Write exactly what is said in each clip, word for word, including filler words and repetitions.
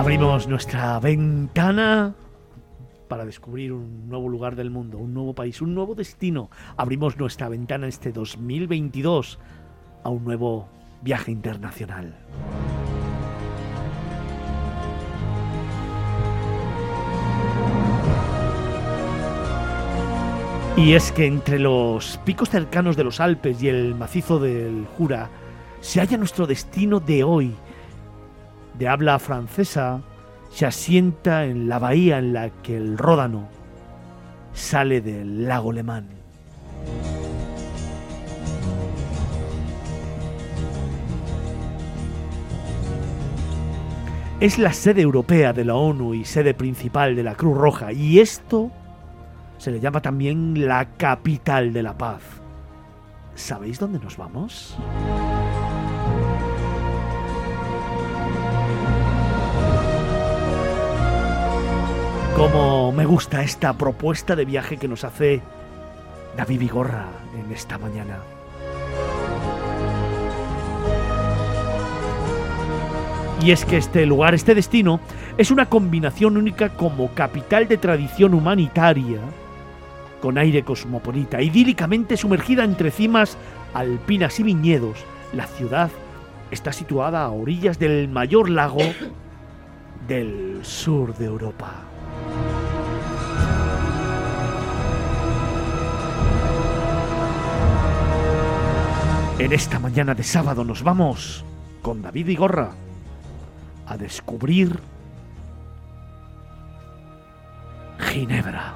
Abrimos nuestra ventana para descubrir un nuevo lugar del mundo, un nuevo país, un nuevo destino. Abrimos nuestra ventana este dos mil veintidós a un nuevo viaje internacional. Y es que entre los picos cercanos de los Alpes y el macizo del Jura se halla nuestro destino de hoy. De habla francesa, se asienta en la bahía en la que el Ródano sale del lago Le Mans. Es la sede europea de la ONU y sede principal de la Cruz Roja, y esto se le llama también la capital de la paz. ¿Sabéis dónde nos vamos? Cómo me gusta esta propuesta de viaje que nos hace David Vigorra en esta mañana. Y es que este lugar, este destino, es una combinación única como capital de tradición humanitaria, con aire cosmopolita, idílicamente sumergida entre cimas alpinas y viñedos. La ciudad está situada a orillas del mayor lago del sur de Europa. En esta mañana de sábado nos vamos con David Vigorra a descubrir Ginebra.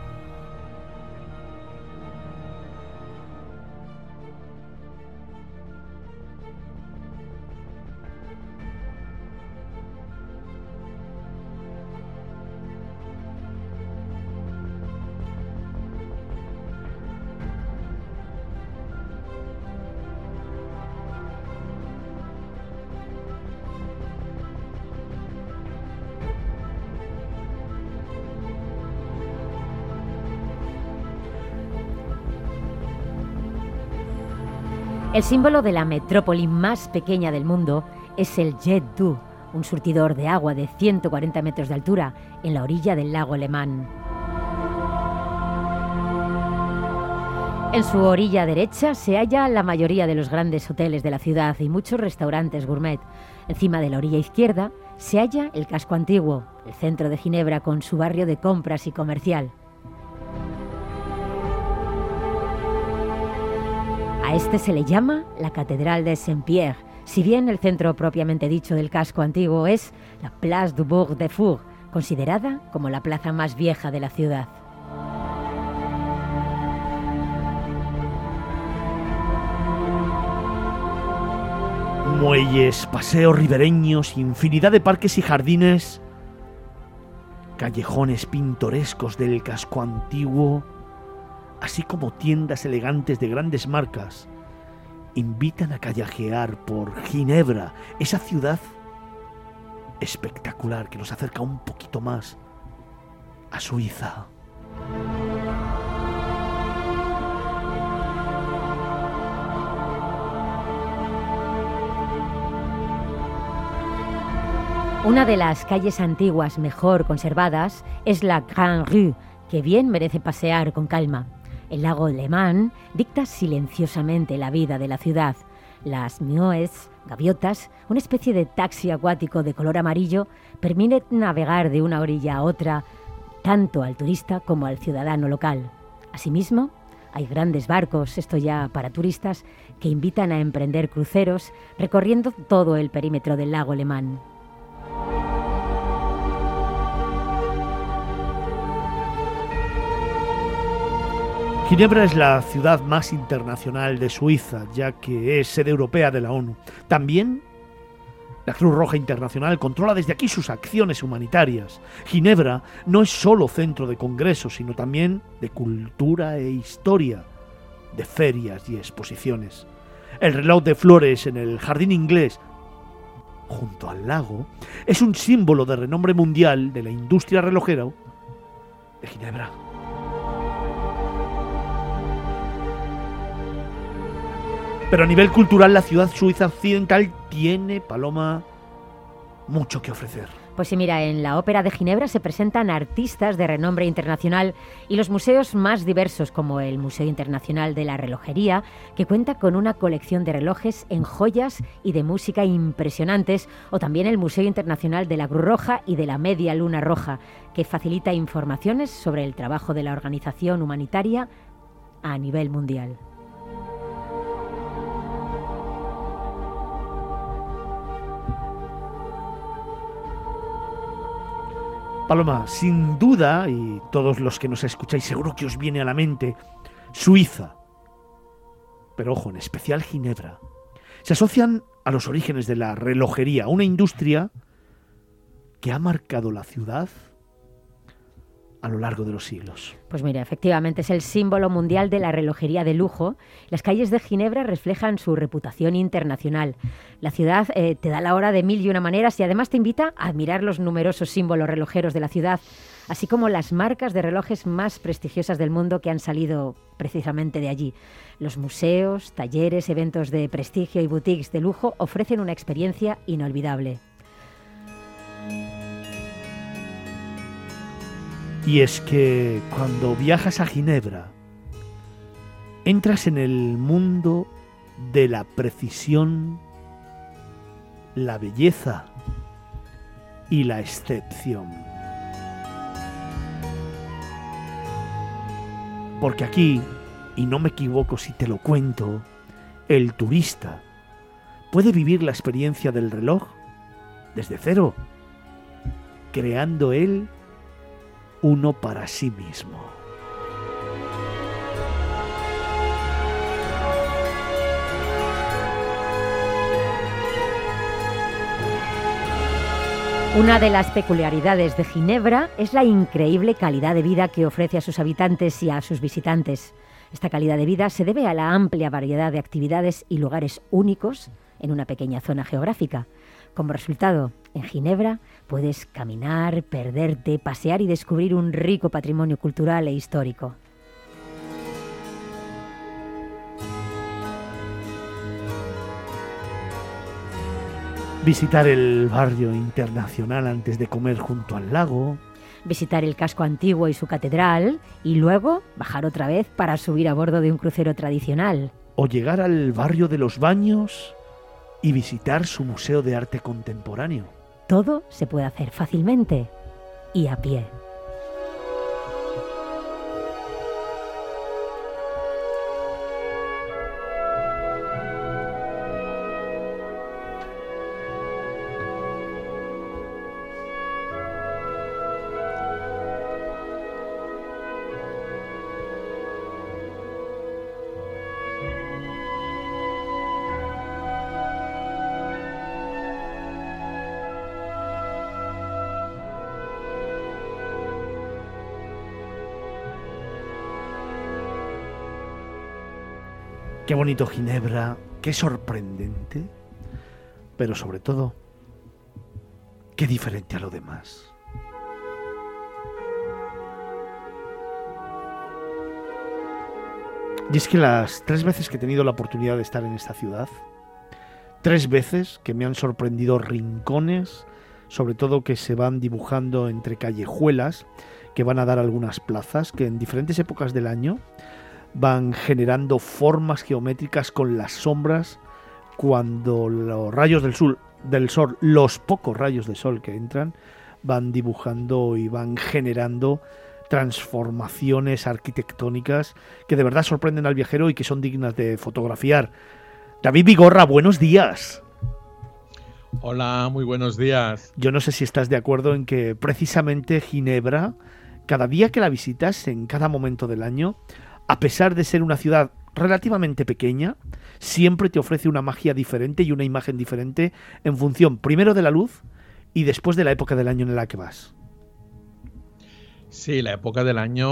El símbolo de la metrópoli más pequeña del mundo es el Jet d'Eau, un surtidor de agua de ciento cuarenta metros de altura en la orilla del lago Le Mans. En su orilla derecha se halla la mayoría de los grandes hoteles de la ciudad y muchos restaurantes gourmet. Encima de la orilla izquierda se halla el casco antiguo, el centro de Ginebra con su barrio de compras y comercial. A este se le llama la Catedral de Saint-Pierre, si bien el centro propiamente dicho del casco antiguo es la Place du Bourg de Fur, considerada como la plaza más vieja de la ciudad. Muelles, paseos ribereños, infinidad de parques y jardines, callejones pintorescos del casco antiguo, así como tiendas elegantes de grandes marcas, invitan a callejear por Ginebra, esa ciudad espectacular que nos acerca un poquito más a Suiza. Una de las calles antiguas mejor conservadas es la Grande Rue, que bien merece pasear con calma. El lago Le Mans dicta silenciosamente la vida de la ciudad. Las Meoes, gaviotas, una especie de taxi acuático de color amarillo, permiten navegar de una orilla a otra, tanto al turista como al ciudadano local. Asimismo, hay grandes barcos, esto ya para turistas, que invitan a emprender cruceros recorriendo todo el perímetro del lago Le Mans. Ginebra es la ciudad más internacional de Suiza, ya que es sede europea de la ONU. También la Cruz Roja Internacional controla desde aquí sus acciones humanitarias. Ginebra no es solo centro de congresos, sino también de cultura e historia, de ferias y exposiciones. El reloj de flores en el jardín inglés, junto al lago, es un símbolo de renombre mundial de la industria relojera de Ginebra. Pero a nivel cultural, la ciudad suiza occidental tiene, Paloma, mucho que ofrecer. Pues sí, mira, en la Ópera de Ginebra se presentan artistas de renombre internacional y los museos más diversos, como el Museo Internacional de la Relojería, que cuenta con una colección de relojes en joyas y de música impresionantes, o también el Museo Internacional de la Cruz Roja y de la Media Luna Roja, que facilita informaciones sobre el trabajo de la organización humanitaria a nivel mundial. Paloma, sin duda, y todos los que nos escucháis seguro que os viene a la mente, Suiza, pero ojo, en especial Ginebra, se asocian a los orígenes de la relojería, una industria que ha marcado la ciudad a lo largo de los siglos. Pues mira, efectivamente es el símbolo mundial de la relojería de lujo. Las calles de Ginebra reflejan su reputación internacional. La ciudad eh, te da la hora de mil y una maneras y además te invita a admirar los numerosos símbolos relojeros de la ciudad, así como las marcas de relojes más prestigiosas del mundo que han salido precisamente de allí. Los museos, talleres, eventos de prestigio y boutiques de lujo ofrecen una experiencia inolvidable. Y es que cuando viajas a Ginebra, entras en el mundo de la precisión, la belleza y la excepción. Porque aquí, y no me equivoco si te lo cuento, el turista puede vivir la experiencia del reloj desde cero, creando él uno para sí mismo. Una de las peculiaridades de Ginebra es la increíble calidad de vida que ofrece a sus habitantes y a sus visitantes. Esta calidad de vida se debe a la amplia variedad de actividades y lugares únicos en una pequeña zona geográfica. Como resultado, en Ginebra puedes caminar, perderte, pasear y descubrir un rico patrimonio cultural e histórico. Visitar el barrio internacional antes de comer junto al lago. Visitar el casco antiguo y su catedral y luego bajar otra vez para subir a bordo de un crucero tradicional. O llegar al barrio de los Baños y visitar su museo de arte contemporáneo. Todo se puede hacer fácilmente y a pie. Qué bonito Ginebra, qué sorprendente, pero sobre todo, qué diferente a lo demás. Y es que las tres veces que he tenido la oportunidad de estar en esta ciudad, tres veces que me han sorprendido rincones, sobre todo que se van dibujando entre callejuelas, que van a dar algunas plazas, que en diferentes épocas del año van generando formas geométricas con las sombras cuando los rayos del sol, del sol, los pocos rayos de sol que entran, van dibujando y van generando transformaciones arquitectónicas que de verdad sorprenden al viajero y que son dignas de fotografiar. David Vigorra, buenos días. Hola, muy buenos días. Yo no sé si estás de acuerdo en que precisamente Ginebra, cada día que la visitas, en cada momento del año, a pesar de ser una ciudad relativamente pequeña, siempre te ofrece una magia diferente y una imagen diferente en función primero de la luz y después de la época del año en la que vas. Sí, la época del año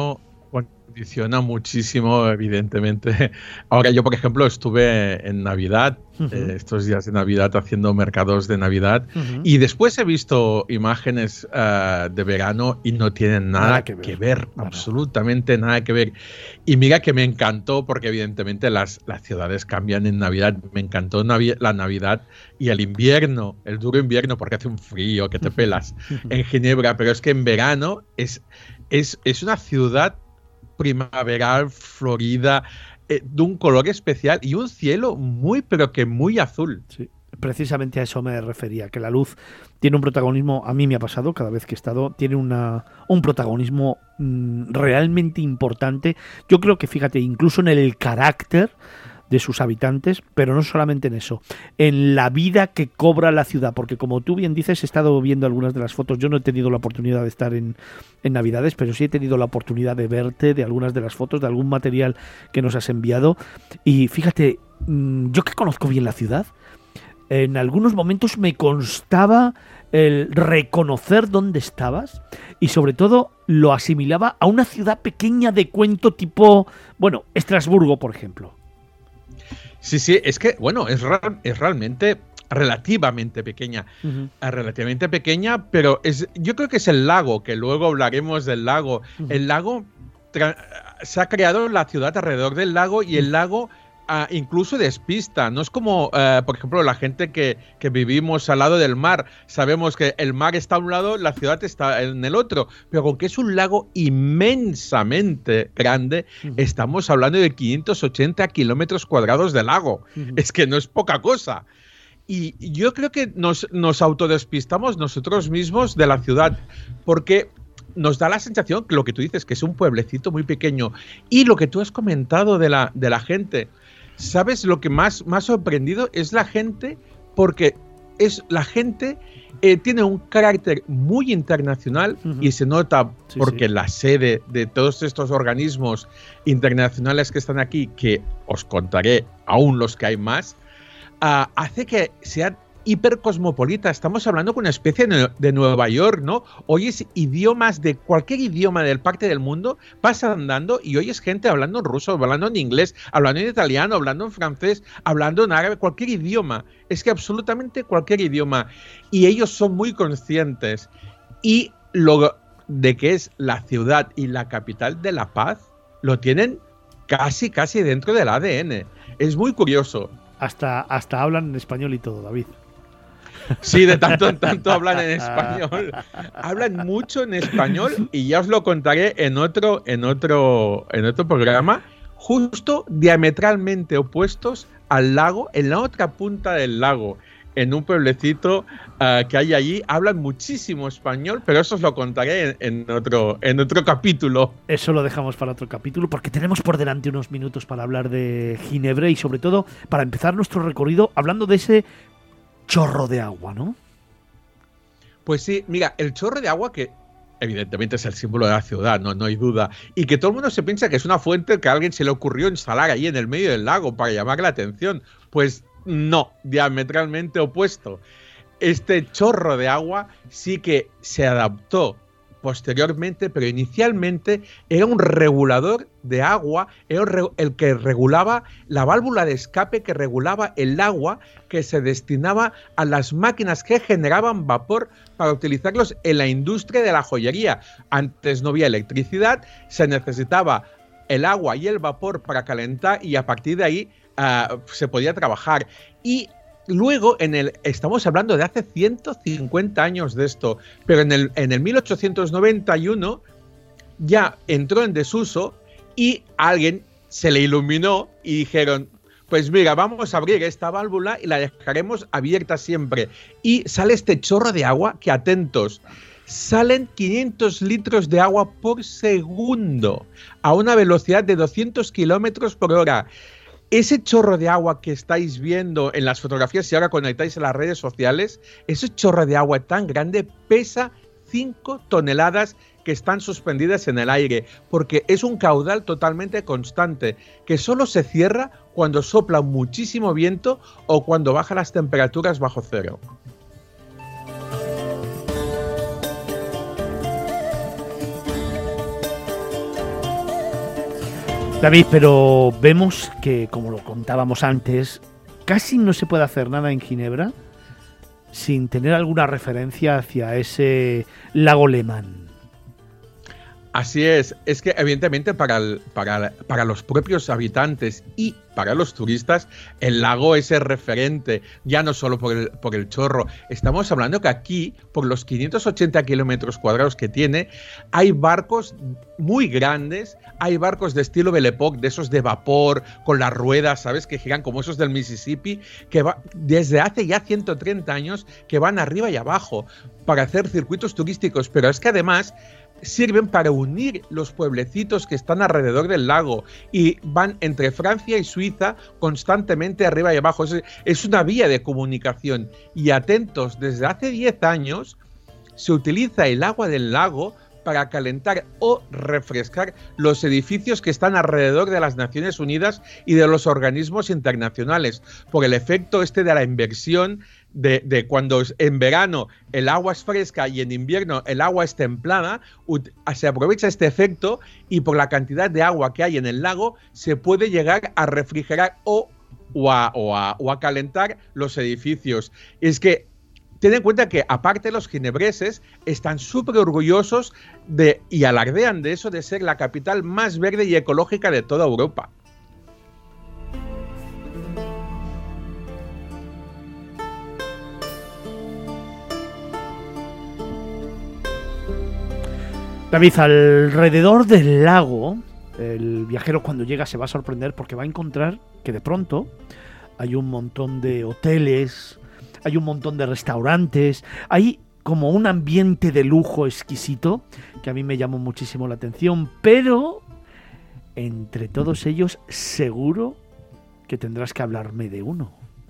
Condiciona muchísimo, evidentemente. Ahora yo, por ejemplo, estuve en Navidad, uh-huh. eh, estos días de Navidad, haciendo mercados de Navidad, uh-huh. y después he visto imágenes uh, de verano y no tienen nada, nada que ver, que ver nada. absolutamente nada que ver. Y mira que me encantó, porque evidentemente las, las ciudades cambian en Navidad. Me encantó Navi- la Navidad y el invierno, el duro invierno, porque hace un frío que te pelas uh-huh. en Ginebra, pero es que en verano es, es, es una ciudad primaveral, florida, eh, de un color especial y un cielo muy, pero que muy azul. Sí, precisamente a eso me refería, que la luz tiene un protagonismo, a mí me ha pasado cada vez que he estado, tiene una, un protagonismo mmm, realmente importante. Yo creo que, fíjate, incluso en el carácter de sus habitantes, pero no solamente en eso, en la vida que cobra la ciudad, porque como tú bien dices, he estado viendo algunas de las fotos. Yo no he tenido la oportunidad de estar en, en Navidades, pero sí he tenido la oportunidad de verte, de algunas de las fotos, de algún material que nos has enviado, y fíjate, yo que conozco bien la ciudad, en algunos momentos me constaba el reconocer dónde estabas y sobre todo lo asimilaba a una ciudad pequeña de cuento tipo, bueno, Estrasburgo, por ejemplo. Sí, sí, es que, bueno, es, real, es realmente relativamente pequeña, uh-huh. relativamente pequeña, pero es, yo creo que es el lago, que luego hablaremos del lago. Uh-huh. El lago, tra- se ha creado la ciudad alrededor del lago y el lago uh, incluso despista. No es como, uh, por ejemplo, la gente que, que vivimos al lado del mar. Sabemos que el mar está a un lado, la ciudad está en el otro, pero con que es un lago inmensamente grande, uh-huh. estamos hablando de quinientos ochenta kilómetros cuadrados de lago. Uh-huh. Es que no es poca cosa. Y yo creo que nos, nos autodespistamos nosotros mismos de la ciudad, porque nos da la sensación que lo que tú dices, que es un pueblecito muy pequeño. Y lo que tú has comentado de la, de la gente, ¿sabes? Lo que más me ha sorprendido es la gente, porque es la gente eh, tiene un carácter muy internacional, uh-huh. y se nota sí, porque sí. la sede de todos estos organismos internacionales que están aquí, que os contaré aún los que hay más, Uh, hace que sean hipercosmopolita. Estamos hablando con una especie de, de Nueva York, ¿no? Oyes idiomas de cualquier idioma del parte del mundo, vas andando y oyes gente hablando en ruso, hablando en inglés, hablando en italiano, hablando en francés, hablando en árabe, cualquier idioma. Es que absolutamente cualquier idioma. Y ellos son muy conscientes. Y lo de que es la ciudad y la capital de la paz, lo tienen casi, casi dentro del A D N. Es muy curioso. Hasta, hasta hablan en español y todo, David. Sí, de tanto en tanto hablan en español. Hablan mucho en español y ya os lo contaré en otro, en otro, en otro programa, justo diametralmente opuestos al lago, en la otra punta del lago, en un pueblecito uh, que hay allí. Hablan muchísimo español, pero eso os lo contaré en, en, otro, en otro capítulo. Eso lo dejamos para otro capítulo, porque tenemos por delante unos minutos para hablar de Ginebra y sobre todo para empezar nuestro recorrido hablando de ese chorro de agua, ¿no? Pues sí, mira, el chorro de agua, que evidentemente es el símbolo de la ciudad, no, no hay duda, y que todo el mundo se piensa que es una fuente que a alguien se le ocurrió instalar ahí en el medio del lago para llamar la atención. Pues no, diametralmente opuesto. Este chorro de agua sí que se adaptó posteriormente, pero inicialmente era un regulador de agua, era el que regulaba la válvula de escape, que regulaba el agua que se destinaba a las máquinas que generaban vapor para utilizarlos en la industria de la joyería. Antes no había electricidad, se necesitaba el agua y el vapor para calentar y a partir de ahí uh, se podía trabajar. Y luego, en el, estamos hablando de hace ciento cincuenta años de esto, pero en el, en el mil ochocientos noventa y uno ya entró en desuso y a alguien se le iluminó y dijeron, pues mira, vamos a abrir esta válvula y la dejaremos abierta siempre. Y sale este chorro de agua que, atentos, salen quinientos litros de agua por segundo a una velocidad de doscientos kilómetros por hora. Ese chorro de agua que estáis viendo en las fotografías y ahora conectáis a las redes sociales, ese chorro de agua tan grande pesa cinco toneladas que están suspendidas en el aire, porque es un caudal totalmente constante, que solo se cierra cuando sopla muchísimo viento o cuando bajan las temperaturas bajo cero. David, pero vemos que, como lo contábamos antes, casi no se puede hacer nada en Ginebra sin tener alguna referencia hacia ese lago Le Mans. Así es, es que evidentemente para, el, para, para los propios habitantes y para los turistas el lago es el referente, ya no solo por el, por el chorro. Estamos hablando que aquí, por los quinientos ochenta kilómetros cuadrados que tiene, hay barcos muy grandes, hay barcos de estilo Belle Époque, de esos de vapor, con las ruedas, ¿sabes? Que giran como esos del Mississippi, que va desde hace ya ciento treinta años que van arriba y abajo para hacer circuitos turísticos, pero es que además sirven para unir los pueblecitos que están alrededor del lago y van entre Francia y Suiza constantemente arriba y abajo. Es, es una vía de comunicación. Y atentos, desde hace diez años se utiliza el agua del lago para calentar o refrescar los edificios que están alrededor de las Naciones Unidas y de los organismos internacionales, por el efecto este de la inversión de, de cuando en verano el agua es fresca y en invierno el agua es templada, se aprovecha este efecto y por la cantidad de agua que hay en el lago se puede llegar a refrigerar o, o, a, o, a, o a calentar los edificios. Es que ten en cuenta que, aparte, los ginebreses están súper orgullosos de, y alardean de eso, de ser la capital más verde y ecológica de toda Europa. David, alrededor del lago, el viajero cuando llega se va a sorprender porque va a encontrar que de pronto hay un montón de hoteles, hay un montón de restaurantes, hay como un ambiente de lujo exquisito que a mí me llamó muchísimo la atención, pero entre todos ellos seguro que tendrás que hablarme de uno.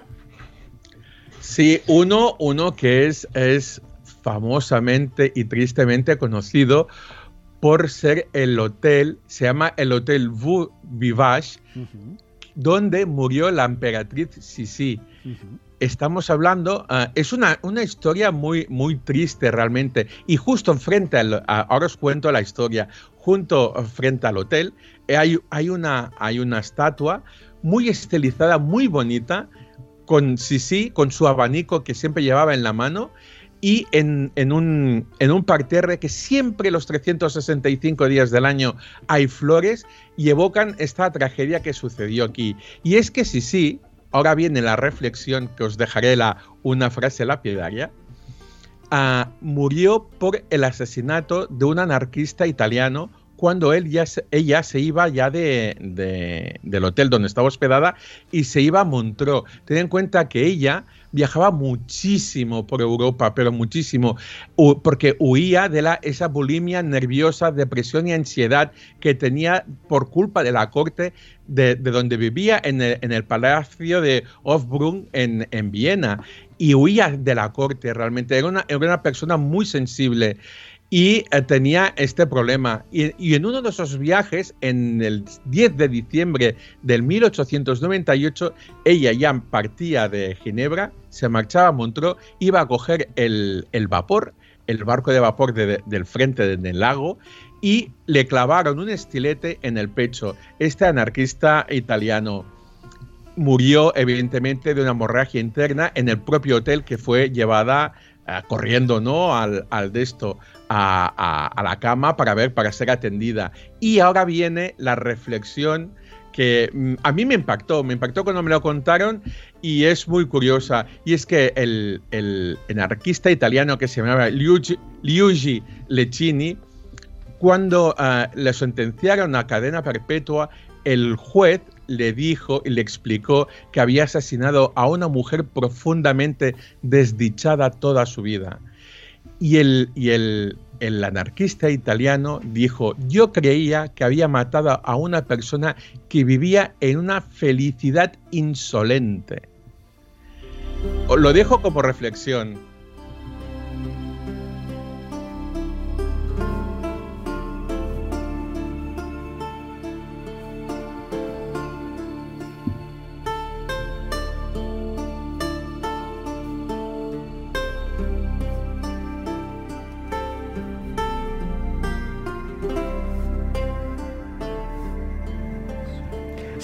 Sí, uno, uno que es, es famosamente y tristemente conocido por ser el hotel, se llama el Hotel Vieux Vivage, uh-huh. donde murió la emperatriz Sisi. Uh-huh. Estamos hablando, uh, es una, una historia muy, muy triste realmente, y justo enfrente, al, uh, ahora os cuento la historia, junto uh, frente al hotel hay, hay, una, hay una estatua muy estilizada, muy bonita, con Sisi, con su abanico que siempre llevaba en la mano, y en, en, un, en un parterre que siempre los trescientos sesenta y cinco días del año hay flores y evocan esta tragedia que sucedió aquí. Y es que Sisi, ahora viene la reflexión, que os dejaré la, una frase lapidaria, uh, murió por el asesinato de un anarquista italiano cuando él ya se, ella se iba ya de, de, del hotel donde estaba hospedada y se iba a Montreux. Ten en cuenta que ella viajaba muchísimo por Europa, pero muchísimo, porque huía de la, esa bulimia nerviosa, depresión y ansiedad que tenía por culpa de la corte de, de donde vivía en el, en el Palacio de Hofbrunn en, en Viena, y huía de la corte realmente. Era una, era una persona muy sensible. Y eh, tenía este problema. Y, y en uno de esos viajes, en el diez de diciembre del mil ochocientos noventa y ocho, ella ya partía de Ginebra, se marchaba a Montreux, iba a coger el, el vapor, el barco de vapor de, de, del frente de, del lago, y le clavaron un estilete en el pecho. Este anarquista italiano murió, evidentemente, de una hemorragia interna en el propio hotel, que fue llevada uh, corriendo, ¿no?, al, al de esto, A, a, a la cama para ver, para ser atendida. Y ahora viene la reflexión que mm, a mí me impactó, me impactó cuando me lo contaron, y es muy curiosa. Y es que el, el anarquista italiano que se llamaba Luigi, Luigi Lecchini, cuando uh, le sentenciaron a cadena perpetua, el juez le dijo y le explicó que había asesinado a una mujer profundamente desdichada toda su vida. Y, el, y el, el anarquista italiano dijo: yo creía que había matado a una persona que vivía en una felicidad insolente. Lo dejo como reflexión.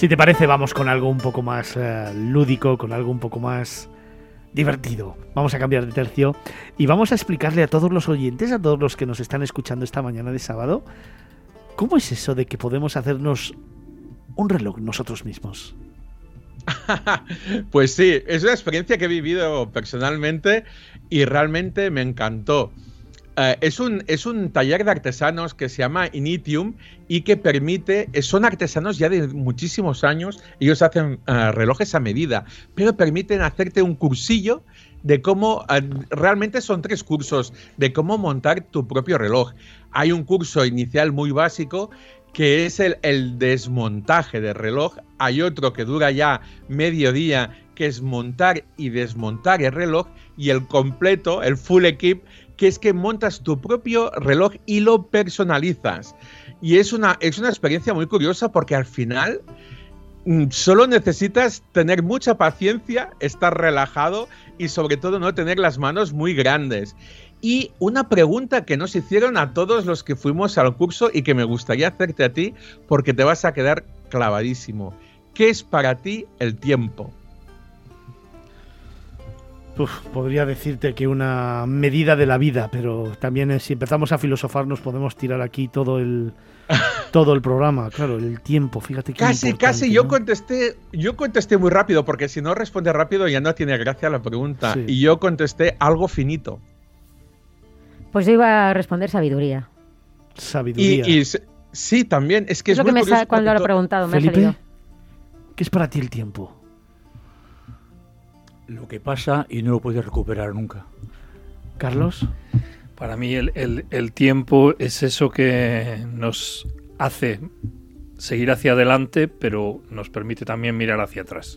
Si te parece, vamos con algo un poco más uh, lúdico, con algo un poco más divertido. Vamos a cambiar de tercio y vamos a explicarle a todos los oyentes, a todos los que nos están escuchando esta mañana de sábado, ¿cómo es eso de que podemos hacernos un reloj nosotros mismos? Pues sí, es una experiencia que he vivido personalmente y realmente me encantó. Uh, es, un, es un taller de artesanos que se llama Initium y que permite, son artesanos ya de muchísimos años, ellos hacen uh, relojes a medida, pero permiten hacerte un cursillo de cómo, uh, realmente son tres cursos, de cómo montar tu propio reloj. Hay un curso inicial muy básico que es el, el desmontaje del reloj, hay otro que dura ya medio día, que es montar y desmontar el reloj, y el completo, el full equip, que es que montas tu propio reloj y lo personalizas. Y es una, es una experiencia muy curiosa porque al final mmm, solo necesitas tener mucha paciencia, estar relajado y sobre todo no tener las manos muy grandes. Y una pregunta que nos hicieron a todos los que fuimos al curso y que me gustaría hacerte a ti porque te vas a quedar clavadísimo. ¿Qué es para ti el tiempo? Uf, podría decirte que una medida de la vida, pero también eh, si empezamos a filosofar nos podemos tirar aquí todo el todo el programa, claro, el tiempo, fíjate que casi casi yo ¿no? contesté yo contesté muy rápido porque si no responde rápido ya no tiene gracia la pregunta, sí. Y yo contesté algo finito. Pues yo iba a responder sabiduría. Sabiduría. Y, y sí, también es que es, es lo muy que me curioso sa- cuando lo he preguntado me Felipe, ha salido. ¿Qué es para ti el tiempo? Lo que pasa y no lo puedes recuperar nunca. ¿Carlos? Para mí el, el, el tiempo es eso que nos hace seguir hacia adelante, pero nos permite también mirar hacia atrás.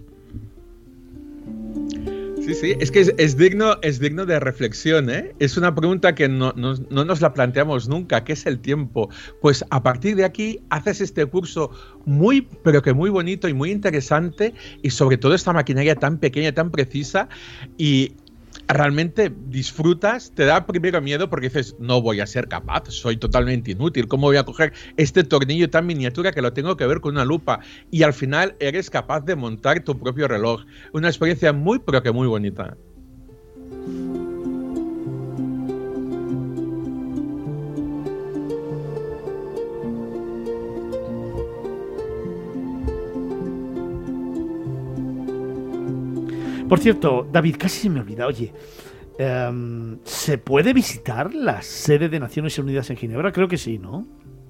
Sí, sí, es que es, es, digno, es digno de reflexión, ¿eh? Es una pregunta que no, no, no nos la planteamos nunca, ¿qué es el tiempo? Pues a partir de aquí haces este curso muy, pero que muy bonito y muy interesante y sobre todo esta maquinaria tan pequeña, tan precisa y realmente disfrutas, te da primero miedo porque dices, no voy a ser capaz, soy totalmente inútil, ¿cómo voy a coger este tornillo tan miniatura que lo tengo que ver con una lupa? Y al final eres capaz de montar tu propio reloj. Una experiencia muy, pero que muy bonita. Por cierto, David, casi se me olvida, oye, um, ¿se puede visitar la sede de Naciones Unidas en Ginebra? Creo que sí, ¿no?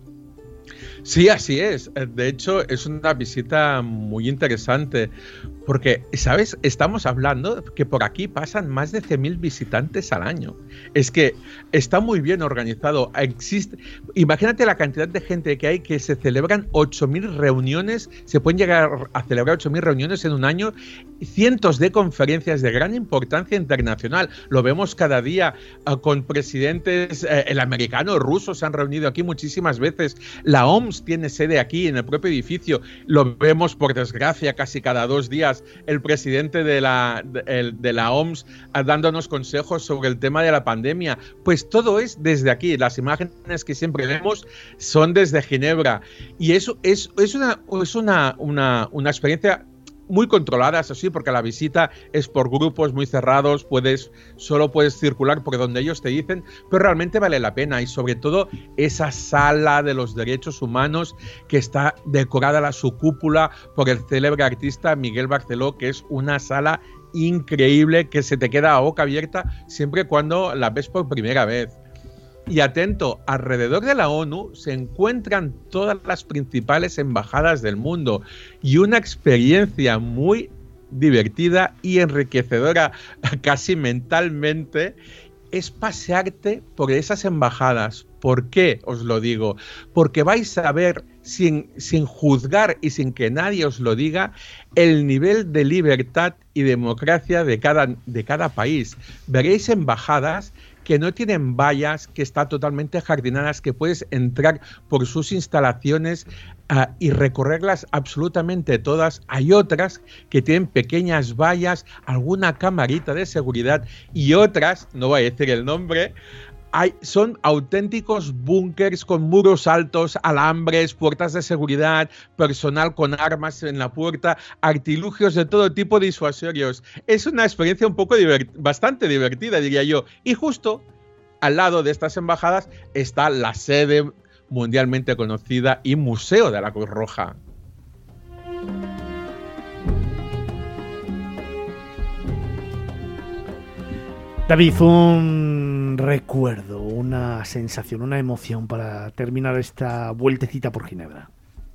Sí, así es. De hecho, es una visita muy interesante porque, ¿sabes? Estamos hablando que por aquí pasan más de cien mil visitantes al año. Es que está muy bien organizado. Existe, imagínate la cantidad de gente que hay, que se celebran ocho mil reuniones, se pueden llegar a celebrar ocho mil reuniones en un año, cientos de conferencias de gran importancia internacional. Lo vemos cada día uh, con presidentes, eh, el americano, el ruso se han reunido aquí muchísimas veces. La O M S tiene sede aquí en el propio edificio. Lo vemos, por desgracia, casi cada dos días el presidente de la, de, el, de la O M S dándonos consejos sobre el tema de la pandemia. Pues todo es desde aquí. Las imágenes que siempre vemos son desde Ginebra. Y eso es, es, una, es una, una, una experiencia muy controladas, así, porque la visita es por grupos muy cerrados, puedes, solo puedes circular por donde ellos te dicen, pero realmente vale la pena. Y sobre todo esa sala de los derechos humanos que está decorada la su cúpula por el célebre artista Miguel Barceló, que es una sala increíble que se te queda a boca abierta siempre cuando la ves por primera vez. Y atento, alrededor de la ONU se encuentran todas las principales embajadas del mundo y una experiencia muy divertida y enriquecedora, casi mentalmente, es pasearte por esas embajadas. ¿Por qué os lo digo? Porque vais a ver, sin, sin juzgar y sin que nadie os lo diga, el nivel de libertad y democracia de cada, de cada país. Veréis embajadas que no tienen vallas, que están totalmente jardinadas, que puedes entrar por sus instalaciones uh, y recorrerlas absolutamente todas. Hay otras que tienen pequeñas vallas, alguna camarita de seguridad y otras, no voy a decir el nombre, hay, son auténticos búnkers con muros altos, alambres, puertas de seguridad, personal con armas en la puerta, artilugios de todo tipo disuasorios. Es una experiencia un poco divert- bastante divertida, diría yo. Y justo al lado de estas embajadas está la sede mundialmente conocida y Museo de la Cruz Roja. David, un recuerdo, una sensación, una emoción para terminar esta vueltecita por Ginebra.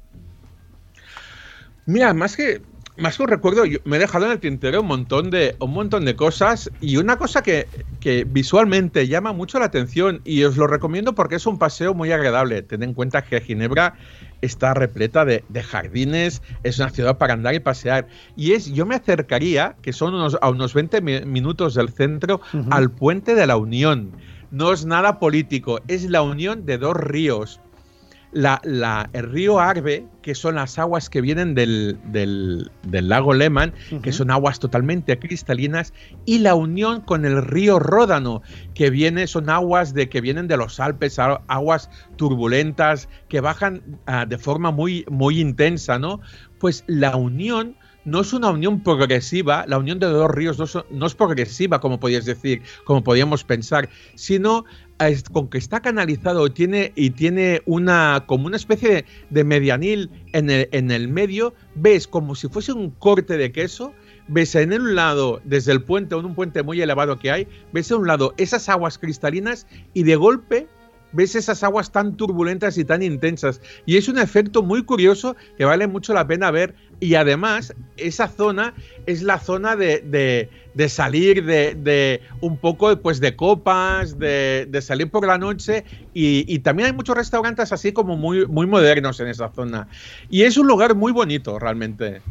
Mira, más que, más que un recuerdo, yo me he dejado en el tintero un montón de, un montón de cosas, y una cosa que, que visualmente llama mucho la atención, y os lo recomiendo porque es un paseo muy agradable. Ten en cuenta que Ginebra está repleta de, de jardines, es una ciudad para andar y pasear. Y es, yo me acercaría, que son unos, a unos veinte mi- minutos del centro, uh-huh. al Puente de la Unión. No es nada político, es la unión de dos ríos. La, la, el río Arve, que son las aguas que vienen del, del, del lago Lehmann, uh-huh. que son aguas totalmente cristalinas, y la unión con el río Ródano, que viene, son aguas de, que vienen de los Alpes, aguas turbulentas, que bajan uh, de forma muy, muy intensa, ¿no? Pues la unión no es una unión progresiva, la unión de dos ríos no, son, no es progresiva, como podías decir, como podíamos pensar, sino es, con que está canalizado tiene, y tiene una como una especie de, de medianil en el, en el medio, ves como si fuese un corte de queso, ves en un lado, desde el puente, en un puente muy elevado que hay, ves en un lado esas aguas cristalinas y de golpe ves esas aguas tan turbulentas y tan intensas. Y es un efecto muy curioso que vale mucho la pena ver. Y además, esa zona es la zona de, de, de salir de, de un poco pues, de copas, de, de salir por la noche. Y, y también hay muchos restaurantes así como muy, muy modernos en esa zona. Y es un lugar muy bonito, realmente.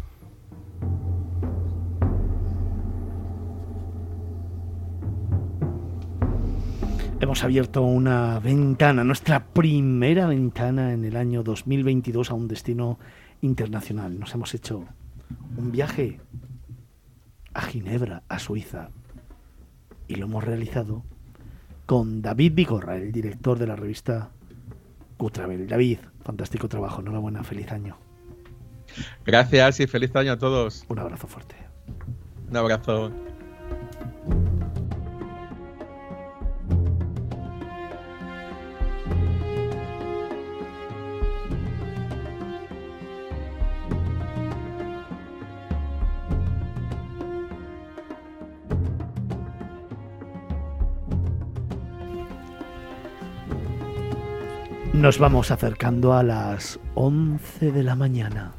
Hemos abierto una ventana, nuestra primera ventana en el año dos mil veintidós a un destino internacional. Nos hemos hecho un viaje a Ginebra, a Suiza, y lo hemos realizado con David Vigorra, el director de la revista Q-Travel. David, fantástico trabajo, enhorabuena, feliz año. Gracias y feliz año a todos. Un abrazo fuerte. Un abrazo. Nos vamos acercando a las once de la mañana.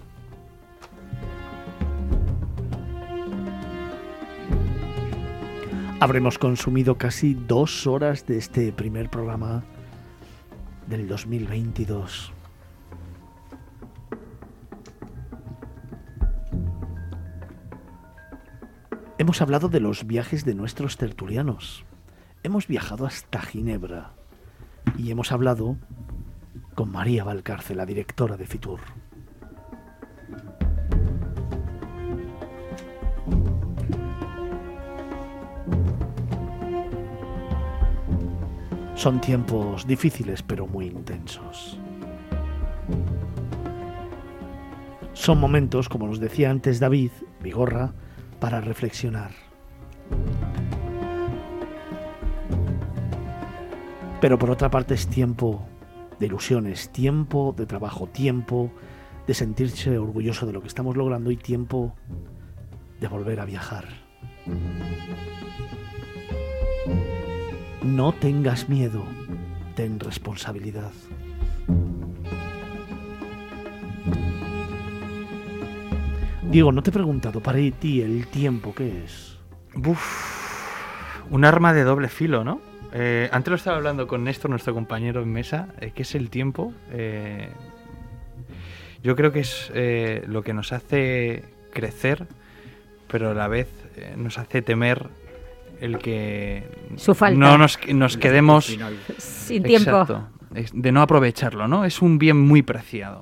Habremos consumido casi dos horas de este primer programa del dos mil veintidós. Hemos hablado de los viajes de nuestros tertulianos. Hemos viajado hasta Ginebra y hemos hablado con María Valcarce, la directora de Fitur. Son tiempos difíciles pero muy intensos. Son momentos, como nos decía antes David Vigorra, para reflexionar. Pero por otra parte es tiempo de ilusiones, tiempo de trabajo, tiempo de sentirse orgulloso de lo que estamos logrando y tiempo de volver a viajar. No tengas miedo, ten responsabilidad. Diego, no te he preguntado para ti el tiempo, ¿qué es? Uf, un arma de doble filo, ¿no? Eh, antes lo estaba hablando con Néstor, nuestro compañero en mesa, eh, ¿qué es el tiempo? Eh, yo creo que es eh, lo que nos hace crecer, pero a la vez eh, nos hace temer el que Su falta. no nos, nos quedemos sin tiempo. Exacto, de no aprovecharlo, ¿no? Es un bien muy preciado.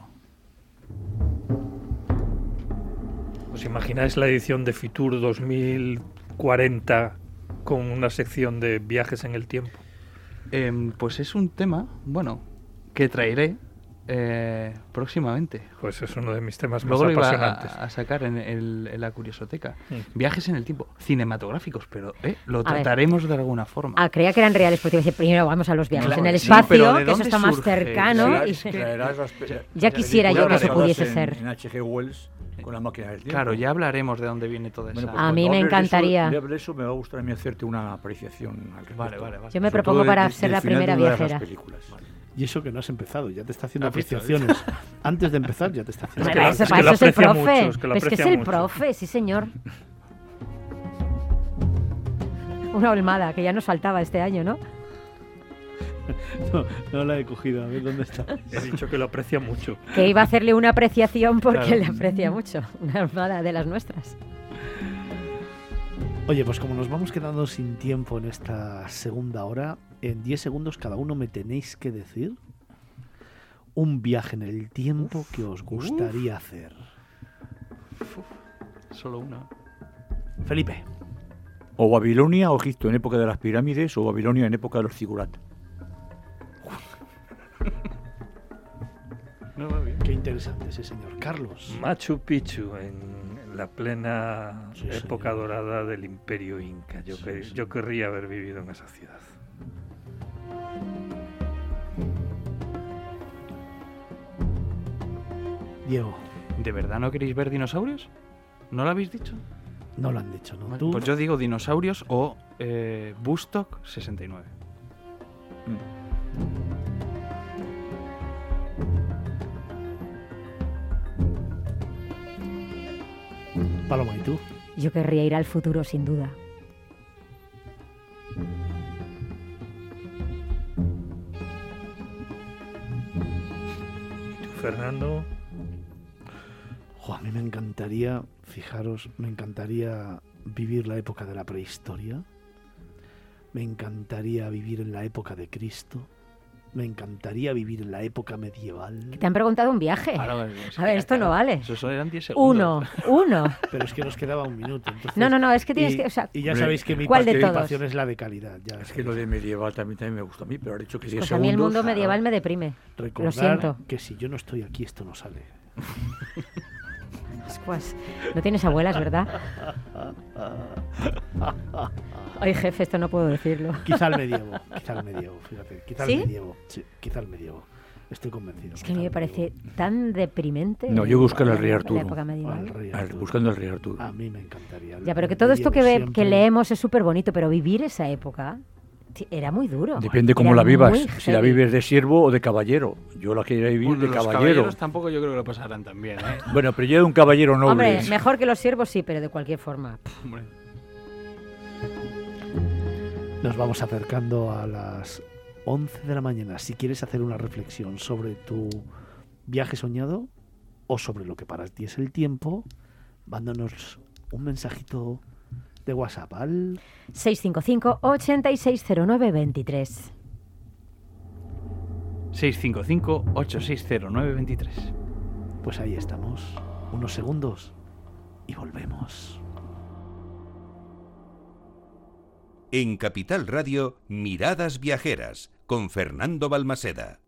¿Os imagináis la edición de Fitur dos mil cuarenta con una sección de viajes en el tiempo? Em, pues es un tema, bueno, que traeré eh, próximamente. Pues es uno de mis temas Luego más lo iba apasionantes. a, a sacar en, el- en la curiosoteca. Mm. Viajes en el tiempo, cinematográficos, pero eh, lo A ver. trataremos de alguna forma. Ah, creía que eran reales, porque iba a decir, primero vamos a los viajes Claro, en el sí, pero espacio, ¿de que eso dónde está más surge? cercano. Sí, y- sí, traerás las pe- Ya quisiera yo que eso películas pudiese en- ser. En H G Wells con la máquina del tiempo. Claro, ya hablaremos de dónde viene toda Bueno, esa... pues A mí cuando me hables de eso- encantaría. de eso me va a gustar a mí hacerte una apreciación al respecto. Vale, vale, vale. Yo me Sobre propongo todo de- para de- ser del la final de primera una de las viajera. películas. Y eso que no has empezado, ya te está haciendo ¿Has visto? apreciaciones. Antes de empezar ya te está haciendo Es que Para la- eso, es para que lo eso es el aprecia profe. mucho, es que lo Pero es que es aprecia el mucho. profe, sí señor. Una olmada que ya nos faltaba este año, ¿no? No, no la he cogido, a ver dónde está. He dicho que lo aprecia mucho. Que iba a hacerle una apreciación porque Claro. le aprecia mucho. Una olmada de las nuestras. Oye, pues como nos vamos quedando sin tiempo en esta segunda hora, en diez segundos cada uno me tenéis que decir un viaje en el tiempo que os gustaría hacer. Solo una. Felipe. O Babilonia o Egipto en época de las pirámides, o Babilonia en época de los zigurat. No va bien. Qué interesante, sí señor. Carlos. Machu Picchu en la plena Sí, época señor. dorada del Imperio Inca. Yo, Sí, que- sí. yo querría haber vivido en esa ciudad. Diego. ¿De verdad no queréis ver dinosaurios? ¿No lo habéis dicho? No lo han dicho, ¿no? Vale, ¿Tú? pues yo digo dinosaurios o eh, Bustock sesenta y nueve. Paloma, ¿y tú? Yo querría ir al futuro, sin duda. ¿Y tú, Fernando? Jo, a mí me encantaría, fijaros, me encantaría vivir la época de la prehistoria. Me encantaría vivir en la época de Cristo. Me encantaría vivir en la época medieval. Te han preguntado un viaje. Ahora, A ver, esto no vale. Eso solo eran diez segundos. Uno, uno. Pero es que nos quedaba un minuto. Entonces, No, no, no, es que tienes y, que... O sea, y ya Hombre, sabéis que mi ¿cuál de participación todos? es la de calidad. Ya Es que lo de medieval también, también me gusta a mí, pero ha dicho que diez pues a mí el segundos. mundo medieval me deprime. recordar Lo siento. que si yo no estoy aquí esto no sale. Pues, no tienes abuelas, ¿verdad? Ay, jefe, esto no puedo decirlo. Quizá el medievo, quizá el medievo, fíjate. Quizá ¿Sí? el medievo, sí, quizá el medievo. Estoy convencido. Es que a quizá mí me el parece medievo. tan deprimente. No, yo busco el la- rey Arturo. La época Al medieval. rey Al- Arturo. buscando el rey Arturo. A mí me encantaría. Ya, pero El que todo esto que, medievo ve- siempre- que leemos es súper bonito, pero vivir esa época ti- era muy duro. Depende cómo Era la vivas, muy si la heavy. vives de siervo o de caballero. Yo la quería vivir Bueno, de los caballero. caballeros tampoco yo creo que lo pasarán tan bien, ¿eh? Bueno, pero yo de un caballero noble. Hombre, mejor que los siervos sí, pero de cualquier forma. Hombre. Nos vamos acercando a las once de la mañana. Si quieres hacer una reflexión sobre tu viaje soñado o sobre lo que para ti es el tiempo, mándanos un mensajito de WhatsApp al... seis cinco cinco, ochenta y seis cero nueve, veintitrés. seis cinco cinco, ocho seis cero nueve, veintitrés. Pues ahí estamos. Unos segundos y volvemos. En Capital Radio, Miradas Viajeras, con Fernando Balmaseda.